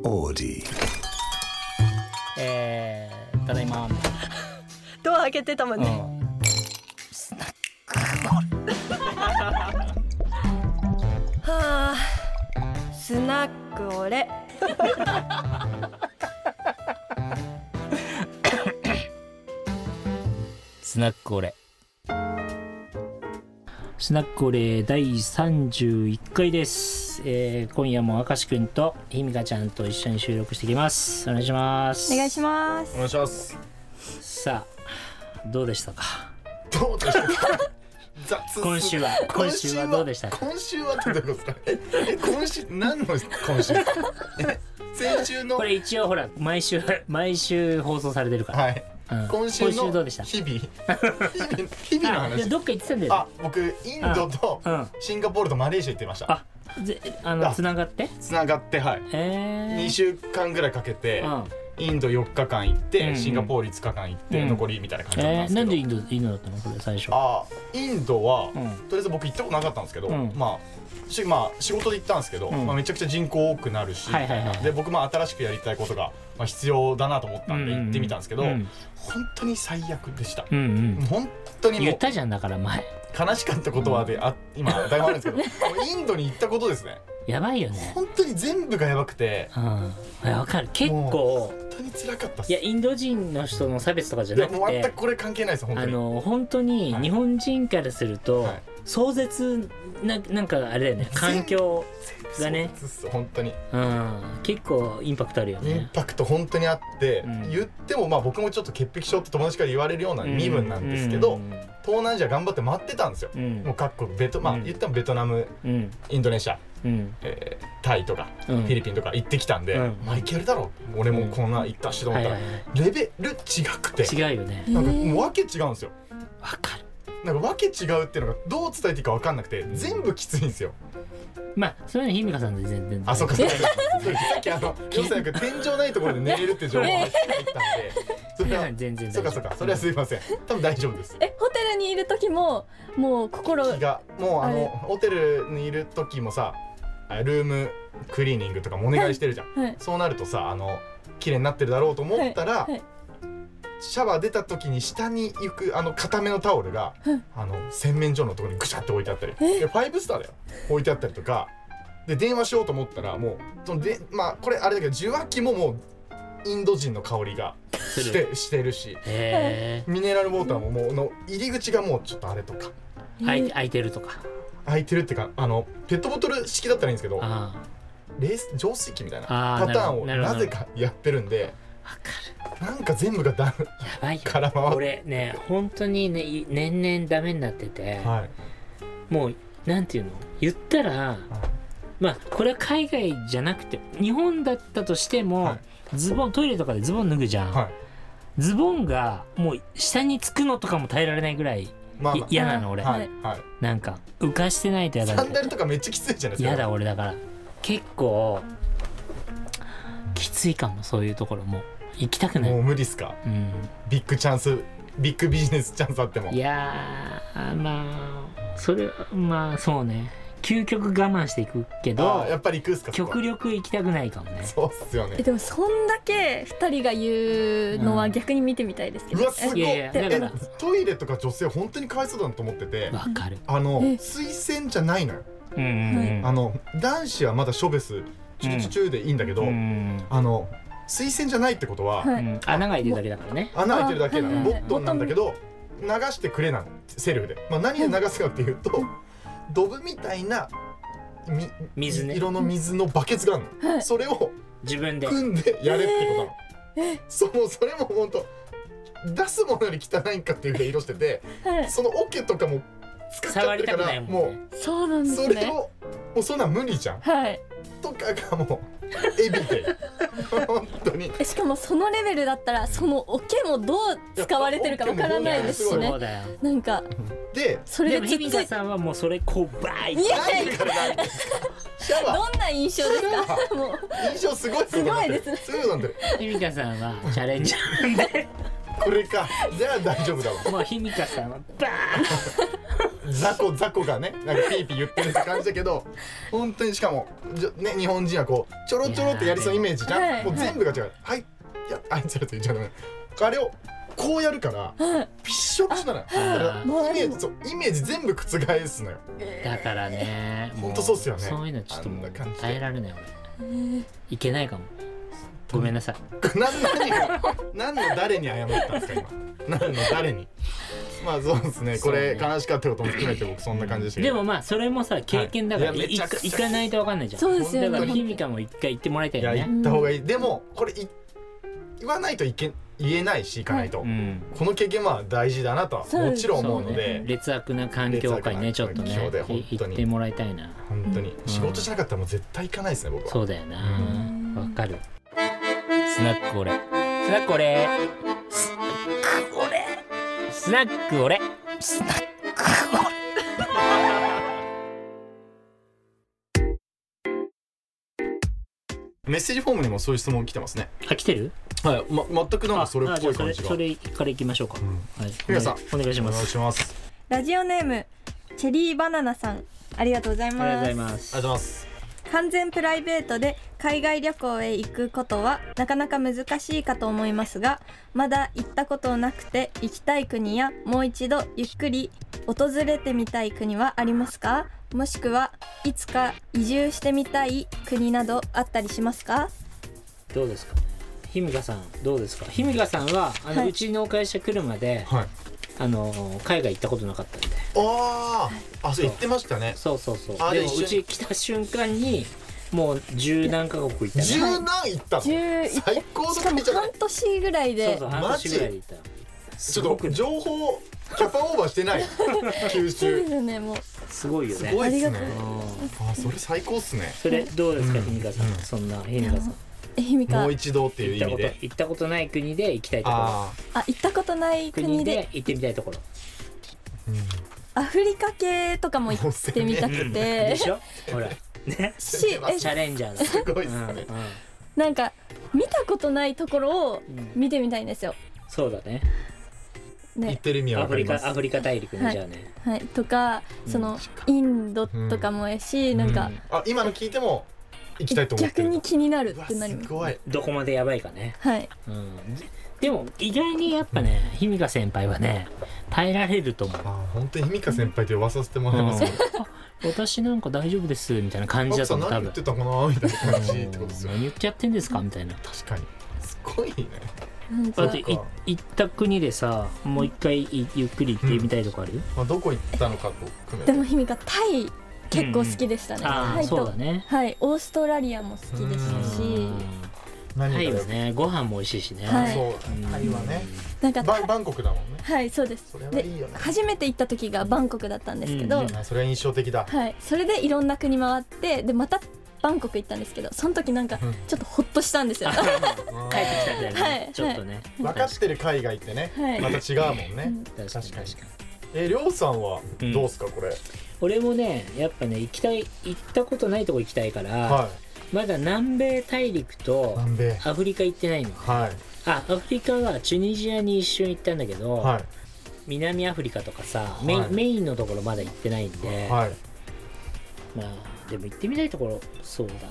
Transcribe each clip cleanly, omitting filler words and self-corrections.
オーディただいまドア開けてたもんね、はあ、スナックオレスナックオレスナックオレ第31回です、今夜も明石くんとひみかちゃんと一緒に収録していきます。お願いします。 お願いします。 お願いします。 さあどうでしたか。 どうでしたか今週はどうでしたか。 今週はってどういうことですか。今週何の今週先週のこれ一応ほら毎週放送されてるから、 はい、今週のどうでした。 日々の話。 どっか行ってたんだよ、ね。 僕インドとシンガポールとマレーシア行ってました。 つながってはい、2週間ぐらいかけて、インド4日間行って、シンガポール5日間行って、残りみたいな感じだったんですけど、 なんでインドだったのこれ最初。 インドは、とりあえず僕行ったことなかったんですけど、仕事で行ったんですけど、めちゃくちゃ人口多くなるし、で僕も新しくやりたいことが、必要だなと思ったんで行ってみたんですけど、本当に最悪でした。本当にもう言ったじゃん、だから前悲しかった言葉で、今台本あるんですけどインドに行ったことですね。 やばいよね。 本当に全部がやばくて、 わかる。結構本当に辛かったっす。 いやインド人の人の差別とかじゃなくて、 もう全くこれ関係ないです。 本当に日本人からすると、壮絶なんかあれだよね、環境がね。 本当に、 結構インパクトあるよね。 インパクト本当にあって、言っても僕もちょっと潔癖症って友達から言われるような身分なんですけど、東南アジア頑張って待ってたんですよ。もう各国言ってもベトナム、インドネシア、タイとか、フィリピンとか行ってきたんで、いけるだろう、俺もこんな行ったしと思ったら、レベル違くて、 違うよね。 なんかもう訳違うんですよ。 わかる。 なんか訳違うっていうのがどう伝えていいか分かんなくて、全部きついんですよ。 そういうのひみかさんで全然。 そうか。さっき要するに天井ないところで寝れるって情報が入ったんで、それは全然。 そうか、それはすいません。多分大丈夫です。 ホテルにいる時ももう心がもうホテルにいる時もさ、ルームクリーニングとかもお願いしてるじゃん。そうなるとさ、綺麗になってるだろうと思ったら、シャワー出た時に下に行く固めのタオルが、洗面所のところにぐしゃって置いてあったり、で5スターだよ置いてあったりとかで、電話しようと思ったらもうこれあれだけど受話器ももうインド人の香りがしてるし、ミネラルウォーターももう入り口がもうちょっとあれとか開いてるとか、 開いてるっていうか、ペットボトル式だったらいいんですけど、浄水器みたいなパターンをなぜかやってるんで、なんか全部がダメ。 やばいよ。 から回って俺ね、本当にね、年々ダメになってて、もうなんていうの、言ったら、これは海外じゃなくて日本だったとしても、トイレとかでズボン脱ぐじゃん。ズボンがもう下につくのとかも耐えられないぐらい嫌なの俺。なんか浮かしてないと嫌だ。 サンダルとかめっちゃきついじゃないですか。 嫌だ俺。だから結構きついかも。そういうところも行きたくない。 もう無理っすか。ビッグチャンス、ビッグビジネスチャンスあっても。 いやそれそうね、究極我慢していくけど、 やっぱり行くっすか。 極力行きたくないかもね。 そうっすよね。 でもそんだけ2人が言うのは逆に見てみたいですけど、 うわすごい。 いやだからトイレとか女性本当にかわいそうだと思ってて、 わかる。 水洗じゃないのよ。男子はまだショベスチュチュチュでいいんだけど、水洗じゃないってことは、 穴が開いてるだけだからね。 穴開いてるだけなの、ボットンなんだけど流してくれなの、セルフで。何で流すかっていうと、ドブみたいな水ね、 色の水のバケツがあるの。それを自分で組んでやれってことなの。それも本当出すものより汚いんかっていうぐらい色してて、そのオケとかも使っちゃってるから、もうそうなんですね。 それをもうそんなん無理じゃん。とかがもうエビで本当に。 しかもそのレベルだったら、そのオケもどう使われてるかわからないですしね。なんかで、 それでひみかさんはもうそれバーイ。 どんな印象ですか。もう印象すごいすごいです。 すごいなんで。 ひみかさんはチャレンジャーなんでこれか。じゃあ大丈夫だわ。 もうひみかさんはバー雑魚がねなんかピーピー言ってるって感じだけど本当にしかもね日本人はこうちょろちょろってやりそうなイメージじゃん、 はいもう全部が違うはいいやあいつらと言っちゃうのあれをこうやるからびっしょびしょなのよだからイメージ全部覆すのよだからねほんとそうっすよねそういうのちょっともうあんな感じで耐えられない俺いけないかもごめんなさい何の誰に謝ったんですか今何の誰にまあそうですねこれ悲しかったことも含めて僕そんな感じでしたけどでもまあそれもさ経験だから、 はいいやめちゃくちゃ行かないと分かんないじゃんそうですよねだからひみかも一回行ってもらいたいいやよね行った方がいいでもこれ言わないと言えないし行かないと、 うんこの経験は大事だなとはもちろん思うのそうでね劣悪な環境下にねちょっとね劣悪な環境で本当に行ってもらいたいな本当に仕事しなかったらもう絶対行かないですね僕はそうだよなわかるスナックオレスナックオレスナックオレスナックオレスナックオレメッセージフォームにもそういう質問来てますねあ来てるはい、全くなんかそれっぽい感じがそれからいきましょうか、はい、 皆さんお願いしますお願いしますラジオネームチェリーバナナさん、ありがとうございありがとうございます。 ますありがとうございます完全プライベートで海外旅行へ行くことはなかなか難しいかと思いますが、まだ行ったことなくて行きたい国やもう一度ゆっくり訪れてみたい国はありますか？もしくはいつか移住してみたい国などあったりしますか？ どうですかね、ひみかさんどうですか？ひみかさんははいうちの会社来るまで、 はい海外行ったことなかったんであそう言ってましたねそうそうそうあででもうち来た瞬間にもう十何カ国行ったね十何行ったの 10 最高しかもの国じゃない半年ぐらいそうでそう半年ぐらいで行ったちょっと情報キャパオーバーしてない九そうで州すね、もうすごいよねすごいっすねありがとうあそれ最高っすねそれどうですか、 うんひみかさん、そんなひみかさんひみかもう一度っていう意味で行ったことない国で行きたいところあ行ったことない国国でで行ってみたいところアフリカ系とかも行ってみたくでてしょほらねしチャレンジャーだすごいっすねなんか見たことないところをうん見てみたいんですよ。 そうだねね、 言ってる意味はアフわかりますリカアフリカ大陸ね、 はいじゃあねはい、とかうんそのインドとかもやし、なんかあ今の聞いても行きたいと思ってる逆に気になるうわってなります。 すごいどこまでやばいかね、 はい、 でも意外にやっぱねひみか先輩はね耐えられると思う本当にひみか先輩って呼ばさせてもらいますけどあ私なんか大丈夫ですみたいな感じだ奥さん何と思う多分言ってたかなみたいな感じってことですよ何言ってやってんですかみたいな確かにすごいねなんかだって行った国でさもう一回ゆっくり行ってみたいとこある、 まあどこ行ったのかと含めてでもひみかタイ結構好きでしたね。 ああタイとそうだねはいオーストラリアも好きでしたし、 タイは何がよねご飯も美味しいしね、 はいそうタイはねなんかバンコクだもんねはいそうです。 それはいいよね初めて行った時がバンコクだったんですけど、 うんあそれは印象的だはい、それでいろんな国回ってでまたバンコク行ったんですけど、その時なんかちょっとホッとしたんですよ。 帰ってきたんだよね、 はいちょっとね、 分かってる海外ってねはいまた違うもんね確かに確かにりょうさんはどうすかこれ俺もねやっぱね行ったことないとこ行きたいから、 はまだ南米大陸いと南米アフリカ行ってないの。 はいアフリカはチュニジアに一瞬行ったんだけど、 はい南アフリカとかさ、 はいメインのところまだ行ってないんで、 はいまあでも行ってみたいところそうだな、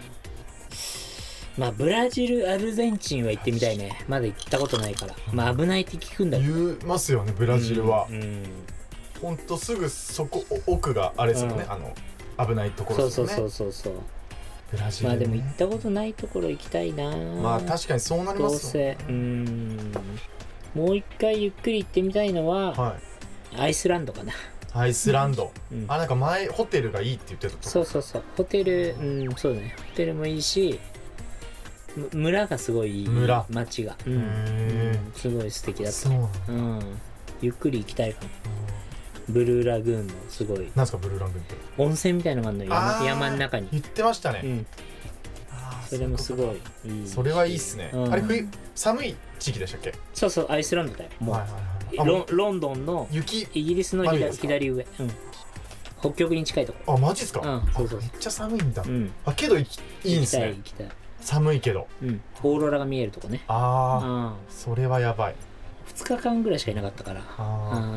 まあブラジルアルゼンチンは行ってみたいね。まだ行ったことないから、まあ危ないって聞くんだけど言いますよねブラジルはうんほんとすぐそこ奥があれですよね危ないところそうですよねそうそうそうそうブラジルまあでもね行ったことないところ行きたいな。 まあ確かにそうなりどうますよせもう一回ゆっくり行ってみたいのは、 はいアイスランドかな。 アイスランドうんなんか前ホテルがいいって言ってたとこそうそうそうホテルそうだねホテルもいいし村がすごいいい村街が、 へーすごい素敵だったそうなんだゆっくり行きたいかも。ブルーラグーンのすごいなんすかブルーラグーンって温泉みたいなのがあるのあー山の中に、 言ってましたねうん、それもすごいいい。 それはいいっすねうんあれ冬寒い地域でしたっけそうそうアイスランドだよもう、 はいはいはいあもうロンドンの雪イギリスのマジですか左上、北極に近いとこあマジっすかそうそうめっちゃ寒いんだうんけどいいんですね行きたい、 寒いけどオーロラが見えるとこね。 ああそれはやばい 2日間ぐらいしかいなかったから、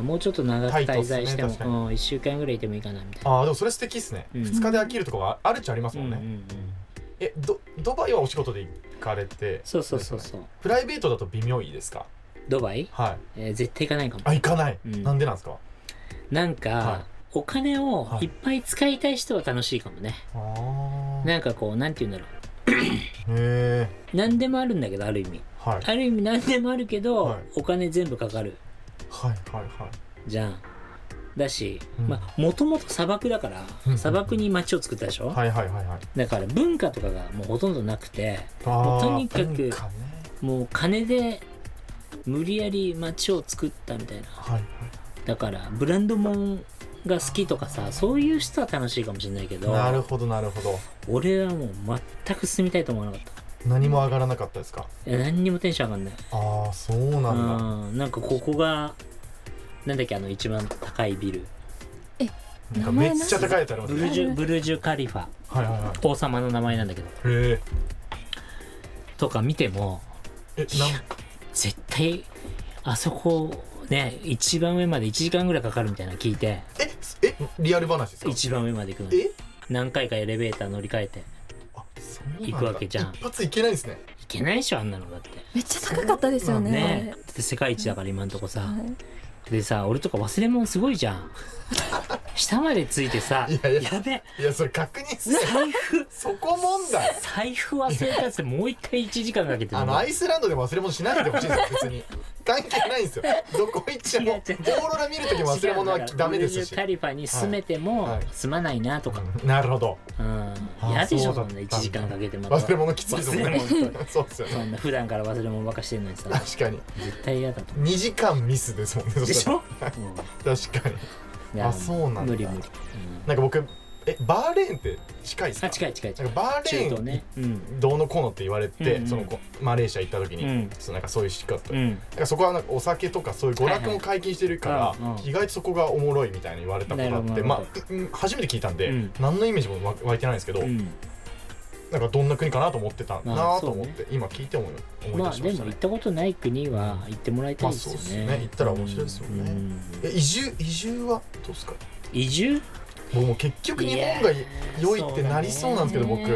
もうちょっと長く滞在しても、1週間ぐらいいてもいいかなみたいな。 でもそれ素敵っすね、2日で飽きるとこがあるっちゃありますもんね。ドバイはお仕事で行かれて。 そうプライベートだと微妙いいですか？ ドバイ？ はい。 絶対行かないかも。 行かない、なんでなんですか？ なんか、お金をいっぱい使いたい人は楽しいかもね。なんかこう、なんて言うんだろう。何でもあるんだけど、ある意味。ある意味何でもあるけど、お金全部かかる。じゃん。だし、もともと砂漠だから、砂漠に街を作ったでしょ。だから文化とかがもうほとんどなくて、とにかく、もう金で無理やり街を作ったみたいな。だから、ブランドもんが好きとかさ、そういう人は楽しいかもしれないけど。 なるほどなるほど。 俺はもう全く住みたいと思わなかった。 何も上がらなかったですか？ 何にもテンション上がんない。 そうなんだ。 なんかここがなんだっけ、一番高いビル。 めっちゃ高いやつありますね。 ブルジュカリファ。王様の名前なんだけど。とか見ても、絶対あそこね、一番上まで1時間ぐらいかかるみたいなの聞いて。 リアル話ですか？ 一番上まで行くのに何回かエレベーター乗り換えて行くわけじゃん。 一発行けないですね。 行けないでしょ、あんなの。だってめっちゃ高かったですよね。 だって世界一だから今んとこさ。でさ、俺とか忘れ物すごいじゃん。下までついてさ、やべ、 いやそれ確認する。 財布そこ問題。 財布忘れたってもう一回1時間かけて。 アイスランドでも忘れ物しないでほしいんですよ。別に関係ないんですよ。どこ行ってもオーロラ見るときも忘れ物はダメですし。 ブルジュカリファに住めても住まないなとか。 なるほど。 嫌でしょ、そんな1時間かけてまた忘れ物きついですもんね。そうですよね。 そんな普段から忘れ物ばっかしてるのにさ。 確かに絶対嫌だと。 2時間ミスですもんね。 でしょ。 確かに。そうなんだ。 無理。 なんか僕バーレーンって近いですか？ 近い。 なんかバーレーンどうのこうのって言われて、そのマレーシア行った時になんかそういう仕方。なんかそこはなんかお酒とかそういう娯楽も解禁してるから意外とそこがおもろいみたいに言われたことあって、初めて聞いたんで何のイメージも湧いてないんですけど。なんかどんな国かなと思ってたなと思って今聞いて思い出しましたね。 でも行ったことない国は行ってもらいたいですよね。 そうですね。行ったら面白いですよね。移住はどうですか？ 移住？ もう結局日本が良いってなりそうなんですけど僕。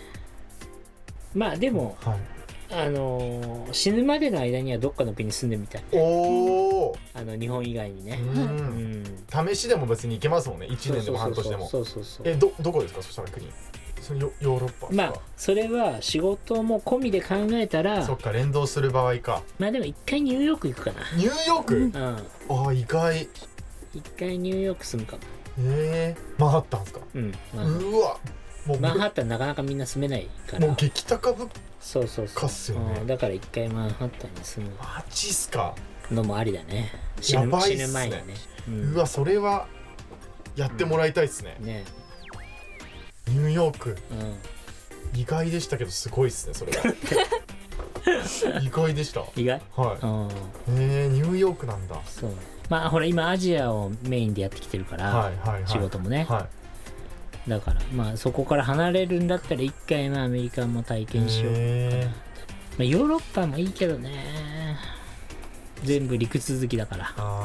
でも死ぬまでの間にはどっかの国に住んでみたい。日本以外にね。 試しでも別に行けますもんね。1年でも半年でも。どこですか？そしたら国。ヨーロッパ。 それは仕事も込みで考えたら。 そっか、連動する場合か。 でも一回ニューヨーク行くかな。 ニューヨーク？意外。 一回ニューヨーク住むかも。 マンハッタンですか？うわ、 マンハッタンなかなかみんな住めないから。 もう激高物価っすよね。 だから一回マンハッタンに住む。 マジっすか？ のもありだね。死ぬ前にね。 うわ、それはやってもらいたいっすね。ニューヨーク、意外でしたけどすごいっすね、それは。意外でした。 意外？ ニューヨークなんだ。 そう。ほら今アジアをメインでやってきてるから仕事もね。だからそこから離れるんだったら一回アメリカも体験しようかな。ヨーロッパもいいけどね。全部陸続きだから。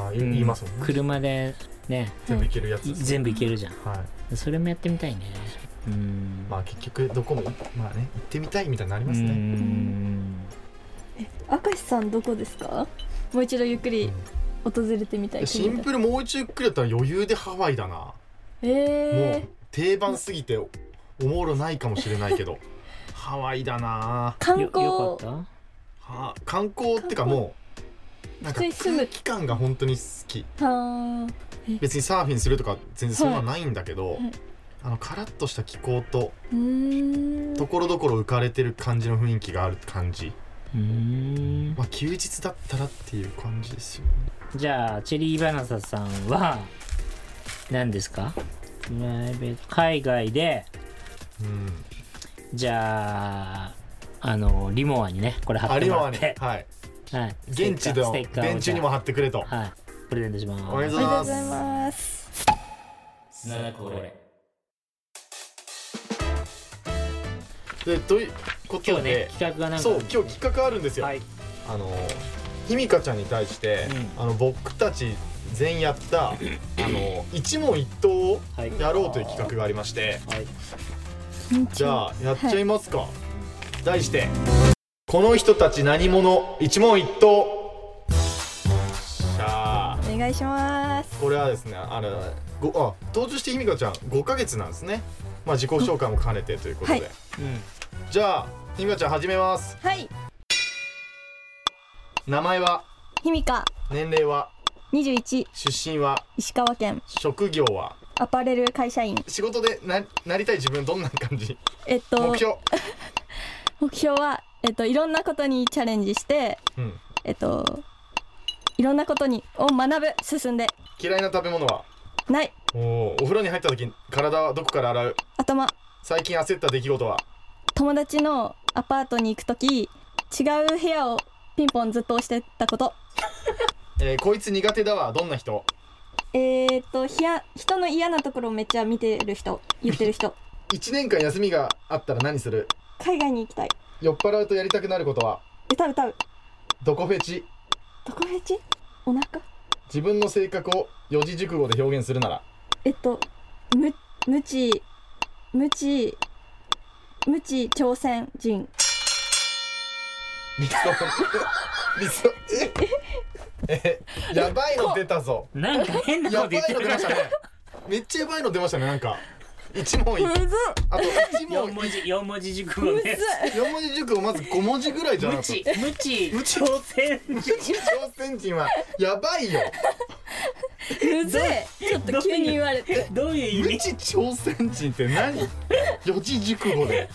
言いますもんね。 車でね。 全部行けるやつ。 全部行けるじゃん。それもやってみたいね。 結局どこも行ってみたいみたいになりますね。 明石さんどこですか？もう一度ゆっくり訪れてみたい。 シンプルもう一度ゆっくりだったら余裕でハワイだな。もう定番すぎておもろないかもしれないけどハワイだな。 観光よかった？ 観光ってかもうなんか空気感が本当に好き。別にサーフィンするとか全然そんなないんだけど、カラッとした気候とところどころ浮かれてる感じの雰囲気がある感じ。休日だったらっていう感じですよね。 じゃあチェリーバナサさんは何ですか？海外で、じゃあリモアにねこれ貼ってもらって、 現地の電柱にも貼ってくれと、 プレゼントします。 ありがとうございます。 これでということで今日ね企画が今日企画あるんですよ。 ひみかちゃんに対して、僕たち全員やった一問一答をやろうという企画がありまして、じゃあやっちゃいますか。題してこの人たち何者一問一答。 お願いします。 これはですね登場してひみかちゃん5ヶ月なんですね。自己紹介も兼ねてということで、じゃあひみかちゃん始めます。 はい。 名前はひみか。年齢は 21。 出身は石川県。 職業はアパレル会社員。 仕事でなりたい自分どんな感じ？目標目標はいろんなことにチャレンジして、いろんなことを学ぶ、進んで。 嫌いな食べ物はない。 お風呂に入った時体はどこから洗う？ 頭。 最近焦った出来事は？ 友達のアパートに行く時違う部屋をピンポンずっと押してたこと。 こいつ苦手だわどんな人？ 人の嫌なところをめっちゃ見てる人、言ってる人。 1年間休みがあったら何する？ 海外に行きたい。 酔っ払うとやりたくなることは？ 歌う。 どこフェチ？ どこフェチ？お腹？ 自分の性格を四字熟語で表現するなら？ 無知朝鮮人。 理想やばいの出たぞ。 なんか変なこと言ってるからね。 めっちゃやばいの出ましたね。なんか一問一あと 4文字熟語です。 4文字熟語まず5文字ぐらいじゃなかった？ 無知朝鮮人はやばいよ。 むずい。ちょっと急に言われて。 どういう意味？ 無知朝鮮人って何？四字熟語で。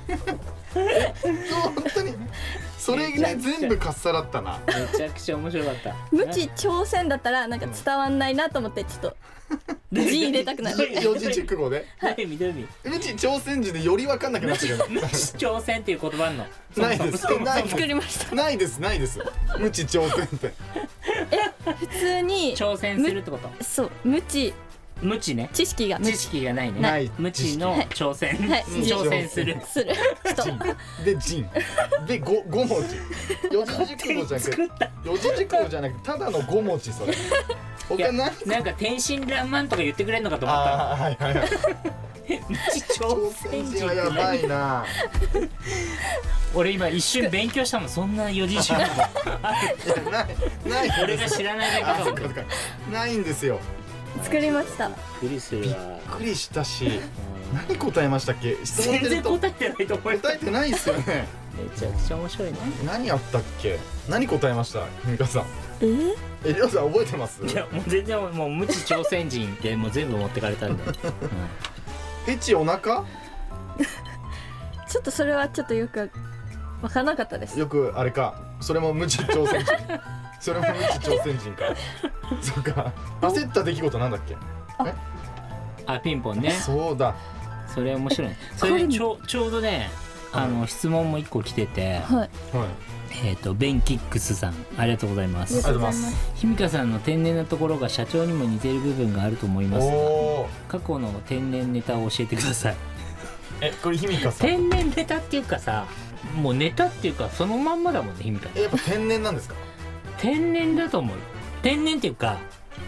本当にそれね全部かっさらったな。 めちゃくちゃ面白かった。 無知朝鮮だったらなんか伝わんないなと思ってちょっと字入れたくなる。 四字熟語で。無知朝鮮人でより分かんなくなったけど。 無知朝鮮っていう言葉あんの？ ないです。 作りました。 ないです。無知朝鮮って。 普通に挑戦するってこと？ そう、無知ね。 知識がないね。無知の挑戦。挑戦する人で人で5文字。四字熟語じゃなくて四字熟語じゃなくてただの5文字それ。 なんか天真爛漫とか言ってくれんのかと思ったの。 はい。 無知朝鮮人はやばいな。 俺今一瞬勉強したもん。そんな四字熟語ない。 俺が知らないだけかも。 ないんですよ。 作りました。 びっくりするわ。 びっくりしたし、何答えましたっけ？ 全然答えてないと思う。 答えてないですよね。 めちゃくちゃ面白いね。 何やったっけ？何答えました？ひみかさん。りょうさん覚えてます？ いやもう全然もう無知朝鮮人ってもう全部持ってかれたんで。フェチお腹？ ちょっとそれはちょっとよく分からなかったです。 よくあれか。それも無知朝鮮人。それも無知朝鮮人か。そっか。焦った出来事なんだっけ？ ピンポンね。 そうだ。 それ面白いね。それちょうどね質問も1個来てて、ベンキックスさんありがとうございます。 ありがとうございます。 ひみかさんの天然なところが社長にも似ている部分があると思いますが、過去の天然ネタを教えてください。 これひみかさん。 天然ネタっていうかさ、もうネタっていうかそのまんまだもんね。ひみかやっぱ天然なんですか？ 天然だと思う。天然っていうか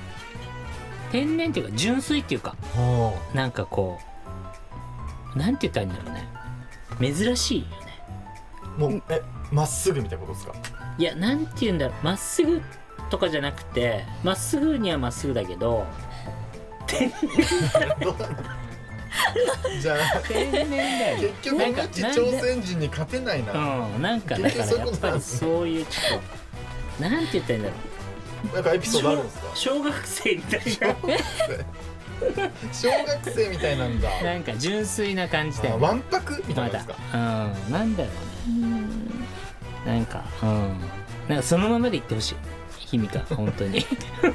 純粋っていうか、なんかこうなんて言ったらいいんだろうね。珍しいよね。 もうまっすぐみたいなことですか？いや、なんて言うんだろう。まっすぐとかじゃなくて、まっすぐにはまっすぐだけど天然じゃあ天然だよね。 結局無知朝鮮人に勝てないな。 なんかだからやっぱりそういうちょっとなんて言ったらいいんだろう。 なんかエピソードあるんですか？ 小学生みたいな。 小学生みたいなんだ。 なんか純粋な感じで。 わんぱくみたいなですか？ なんだろうね。なんかそのままで言ってほしい。ひみか本当に。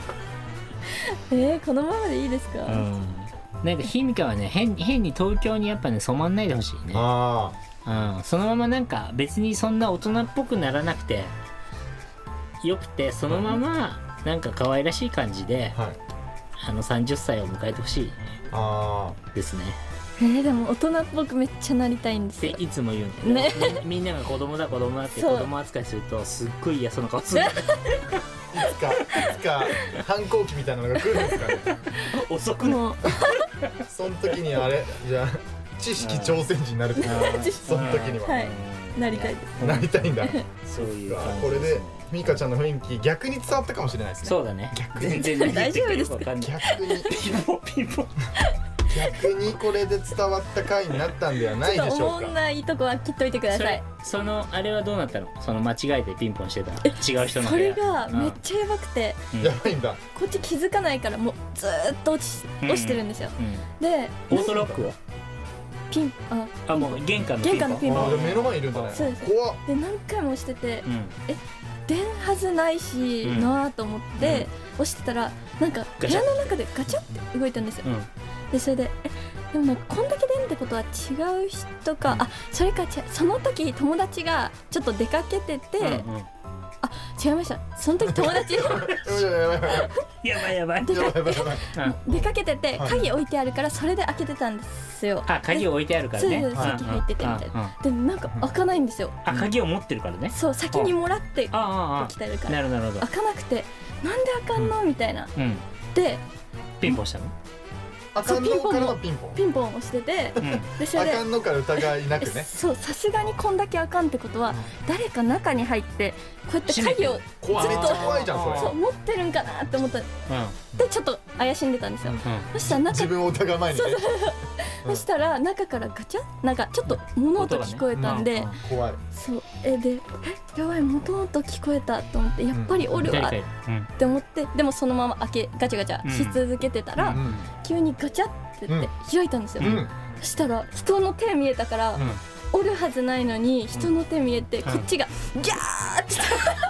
このままでいいですか？ なんかひみかはね変に東京にやっぱね染まんないでほしいね。そのままなんか別にそんな大人っぽくならなくてよくて、そのままなんか可愛らしい感じで、30歳を迎えてほしいですね。 でも大人っぽくめっちゃなりたいんですよ。 いつも言うんだよね。みんなが子供だって子供扱いするとすっごい嫌そうな顔する。いつか反抗期みたいなのが来るんですかね。 遅くもその時にあれじゃあ知識挑戦時になるってことその時には、 はい、なりたいです。 なりたいんだ。 そういうこれでミカちゃんの雰囲気逆に伝わったかもしれないですね。 そうだね。 全然大丈夫ですか。 逆にピンポン逆にこれで伝わった回になったんではないでしょうか。 ちょっとおもんないとこは切っといてください。 そのあれはどうなったの？その間違えてピンポンしてた違う人の部屋。 それがめっちゃやばくて、 やばいんだ。 こっち気づかないからもうずーっと落ちてるんですよ。でオートロックをピンもう玄関のピンポン。 目の前にいるんだね。 そうです。 怖っ。 で何回も押してて、出んはずないしなと思って押してたらなんか部屋の中でガチャって動いたんですよ。でそれででもなんかこんだけ出んってことは違う人か、それかその時友達がちょっと出かけてて、違いました。その時友達やばい出かけてて鍵置いてあるからそれで開けてたんですよ。 鍵置いてあるからね。 そう先入っててみたいな。でなんか開かないんですよ。 鍵を持ってるからね。 そう先にもらってきたるから。 なるほど。 開かなくてなんで開かんのみたいな。でピンポンしたの？ あかんのからのピンポン押してて、 でそれであかんのから疑いなくね。 そうさすがにこんだけあかんってことは誰か中に入ってこうやって鍵をずっと怖いじゃんそれ。 そう持ってるんかなって思った。でちょっと怪しんでたんですよ。そしたら自分を疑う前にね。 そしたら中からガチャなんかちょっと物音聞こえたんで、 怖い。 そうでやばい元音聞こえたと思ってやっぱりおるわって思ってでもそのままガチャガチャし続けてたら急にガチャって言って開いたんですよ。そしたら人の手見えたからおるはずないのに人の手見えてこっちがギャーって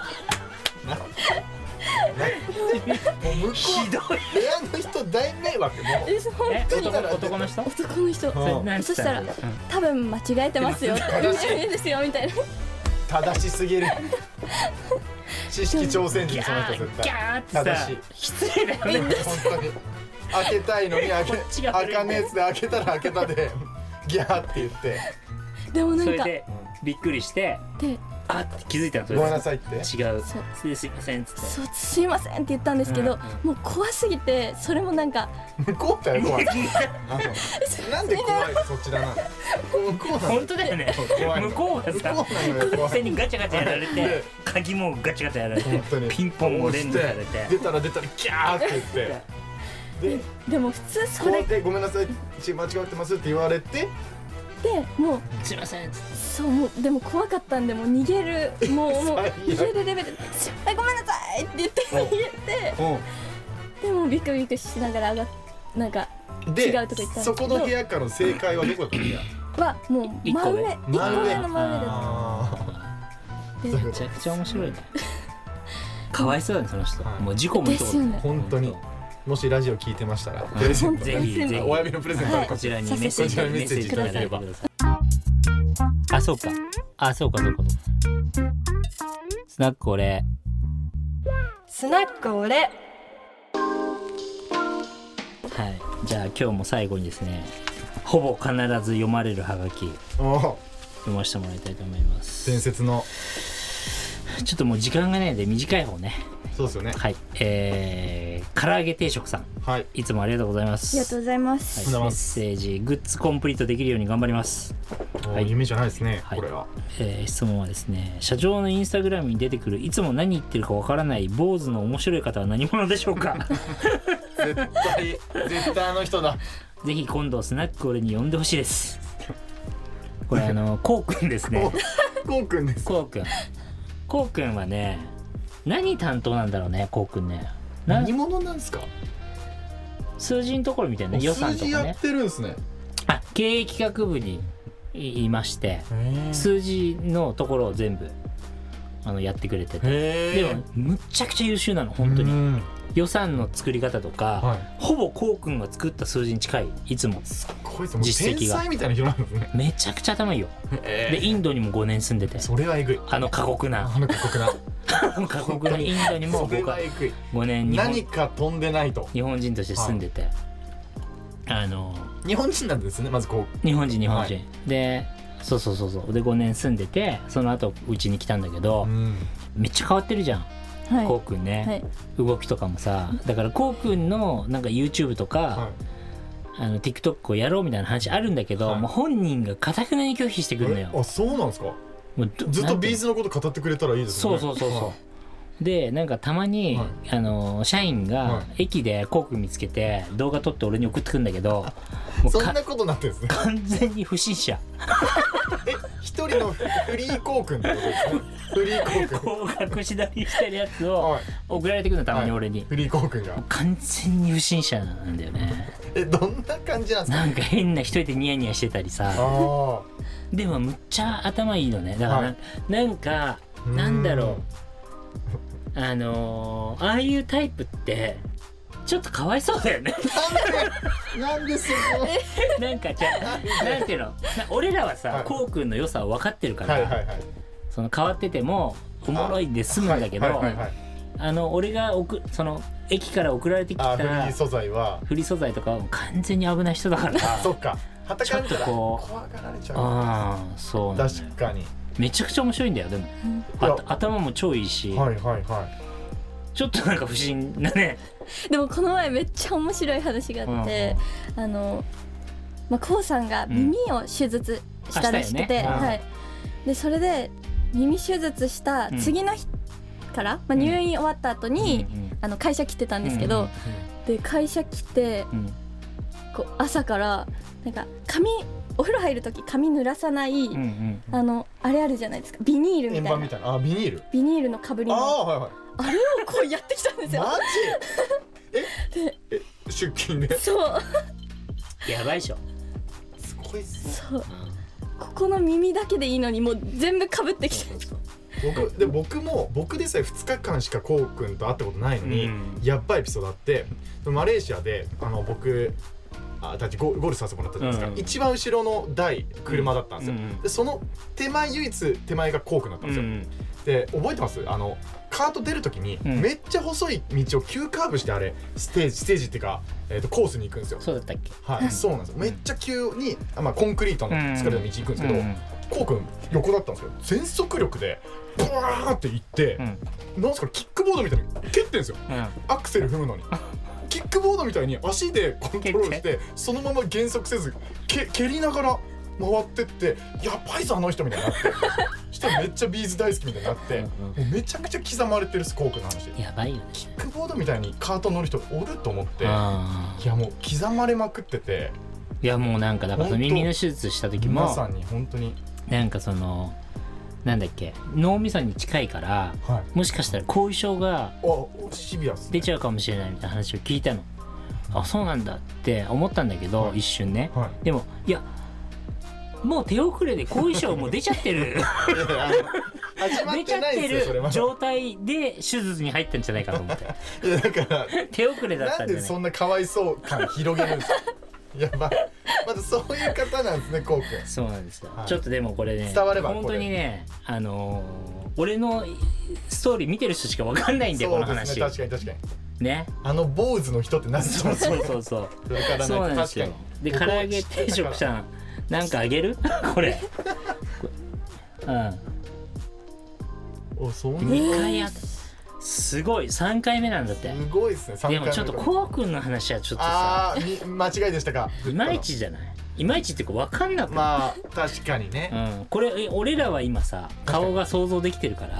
もうひどい。部屋の人大迷惑。もう男の人そしたら多分間違えてますよいいですよみたいな。 正しすぎる。知識挑戦時その人絶対正しい。 失礼だよね。 本当に開けたいのに開かねえやつで開けたら開けたでギャーって言って。 でもなんかびっくりしてって気づいたの。 ごめんなさいって違うすいませんっつってそうすいませんって言ったんですけど、もう怖すぎてそれもなんか向こうだよ怖い。なんで怖いそちらなの。 本当だよね。向こうがさ完全にガチャガチャやられて鍵もガチャガチャやられてピンポンも連打されて出たらギャーって言ってでも普通それでごめんなさい間違ってますって言われてでもうすいませんそうもうでも怖かったんでもう逃げるもう逃げるレベルでごめんなさいって言って逃げてでもビクビクしながらなんか違うとこ行ったんですけどそこの部屋からの正解はどこだったの？部屋はもう真上1個上の真上だった。 めちゃくちゃ面白いね。かわいそうだねその人。もう事故もですよね。 本当にもしラジオ聞いてましたらぜひお詫びのプレゼントこちらにメッセージいただければ。そうかどこスナック俺はいじゃあ今日も最後にですねほぼ必ず読まれるハガキ読ませてもらいたいと思います。 伝説のちょっともう時間がないので短い方ね。 そうですよね。 はい、唐揚げ定食さん、いつもありがとうございます。 ありがとうございます。 メッセージグッズコンプリートできるように頑張ります。 夢じゃないですね、これは。 質問はですね、社長のインスタグラムに出てくるいつも何言ってるかわからない坊主の面白い方は何者でしょうか？ 絶対あの人だ。 ぜひ今度スナック俺に呼んでほしいです。これこうくんですね。 こうくんです。 こうくんはね何担当なんだろうね。こうくんね何者なんですか？ 数字のところみたいな予算とかね。 数字やってるんですね。 経営企画部にいまして数字のところを全部やってくれてて、でもむっちゃくちゃ優秀なの本当に。予算の作り方とか、ほぼこうくんが作った数字に近いいつも実績が。 天才みたいな人なんですね。 めちゃくちゃ頭いいよ。でインドにも5年住んでて。 それはえぐい。 過酷なインドにも5年何か飛んでないと日本人として住んでて、 日本人なんですね、まずこう日本人、でそうで5年住んでて、その後うちに来たんだけど、めっちゃ変わってるじゃん、こうくんね、動きとかもさ。だからこうくんのなんか YouTube とか、TikTok をやろうみたいな話あるんだけど、もう本人が固くなに拒否してくるのよ。 あ、そうなんですか。もうずっとビーズのこと語ってくれたらいいですね。 そうで、なんかたまに、社員が駅でコウ君見つけて動画撮って俺に送ってくんだけど、 もうそんなことなってるんですね。 完全に不審者。 一人のフリーコウ君ってことですね。フリーコウ君、 こう隠し撮りしてるやつを送られてくるの、たまに俺に、 フリーコウ君が完全に不審者なんだよね。 どんな感じなんですか。 なんか変な一人でニヤニヤしてたりさ。でもむっちゃ頭いいのね。だからなんかなんだろう、ああいうタイプってちょっとかわいそうだよね。 なんでそこなんかじゃあなんていうの、俺らはさ、こうくんの良さを分かってるから、その変わっててもおもろいで済むんだけど、俺がその駅から送られてきたフリー素材とかは完全に危ない人だから。 そっか、はたから見たら怖がられちゃう。そうなんだよ。確かにめちゃくちゃ面白いんだよ。でも頭も超いいし、ちょっとなんか不審なね。 でもこの前めっちゃ面白い話があって、こうさんが耳を手術したらしくて、でそれで耳手術した次の日から、入院終わった後に、会社来てたんですけど、で会社来て、こう朝からなんかお風呂入るとき髪濡らさない、あれあるじゃないですか、ビニールみたいな。 ビニールのかぶり物、あれをこうやってきたんですよ。 マジ？出勤で。 そう。 やばいでしょ。 すごいっすね。 そう。ここの耳だけでいいのにもう全部かぶってきて。 僕でさえ2日間しかこうくんと会ったことないのに、やっばいエピソードあって、マレーシアで僕たちゴルフさせてもらったじゃないですか、一番後ろの台車だったんですよ、でその唯一手前がこうくんだったんですよ、で覚えてます？カート出るときにめっちゃ細い道を急カーブして、あれステージっていうか、コースに行くんですよ。 そうだったっけ？ はい、そうなんですよ。めっちゃ急に、コンクリートの作られた道行くんですけど、こうくん横だったんですよ。全速力でブワーって行って、なんすかキックボードみたいに蹴ってんですよ、アクセル踏むのに。キックボードみたいに足でコントロールして、そのまま減速せず蹴りながら回ってって、やばいぞあの人みたいになってしたらめっちゃビーズ大好きみたいになって、もうめちゃくちゃ刻まれてるスコークの話。 やばいよね。 キックボードみたいにカート乗る人おると思って、いやもう刻まれまくってて、 いやもうなんかだから耳の手術した時も皆さんに本当になんかそのなんだっけ、脳みそに近いから、もしかしたら後遺症が出ちゃうかもしれないみたいな話を聞いたの。あ、そうなんだって思ったんだけど、一瞬ね、でもいやもう手遅れで後遺症も出ちゃってる出ちゃってる状態で手術に入ったんじゃないかと思って。 いやだから手遅れだったんで、 なんでそんなかわいそう感広げるんですか。やばい、まずそういう方なんですね、こうくん。 そうなんですよ、ちょっとでもこれね伝われば本当にね、俺のストーリー見てる人しか分かんないんだよ、この話。 確かに確かにね、 坊主の人って何ですか。 そうそうなんですよ。で唐揚げ定食さんなんかあげるこれ2回やったすごい3回目なんだって。 すごいですね。 でもちょっとこうくんの話はちょっとさ間違いでしたか。 いまいちじゃない？いまいちっていうか分かんなくない？確かにね、 これ俺らは今さ顔が想像できてるから、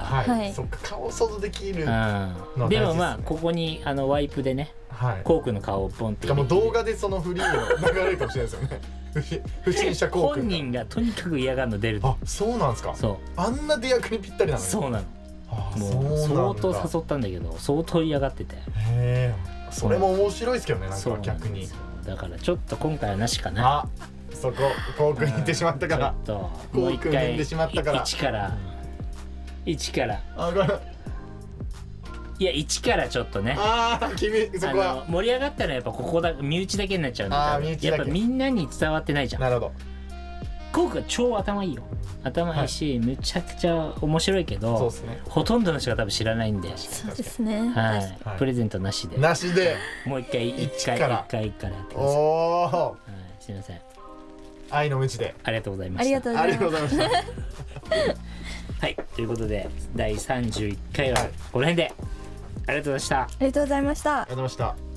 そっか、顔想像できるのでもここにワイプでね、こうくんの顔をポンってしかも動画でそのフリーの流れるかもしれないですよね。不審者こうくん本人がとにかく嫌がるの出る。 あ、そうなんですか。 そう、 あんな出役にぴったりなの。 そうなの。もう相当誘ったんだけど相当嫌がってて、 それも面白いですけどね、なんか逆に。 だからちょっと今回はなしかな。 そここうくん言ってしまったから、 ちょっともう一回一からいや1からちょっとね、 君そこは盛り上がったらやっぱここだ、身内だけになっちゃうんで、やっぱみんなに伝わってないじゃん。 なるほど。 こうくん超頭いいよ。頭いいし、むちゃくちゃ面白いけど、 そうですね、 ほとんどの人が多分知らないんで。 そうですね、 はい、プレゼントなしでもう一回 1回からやってください。 すみません。 愛の無知でありがとうございました。 ありがとうございます。 ありがとうございましたはい、ということで第31回はこの辺で、ありがとうございました。 ありがとうございました。 ありがとうございました。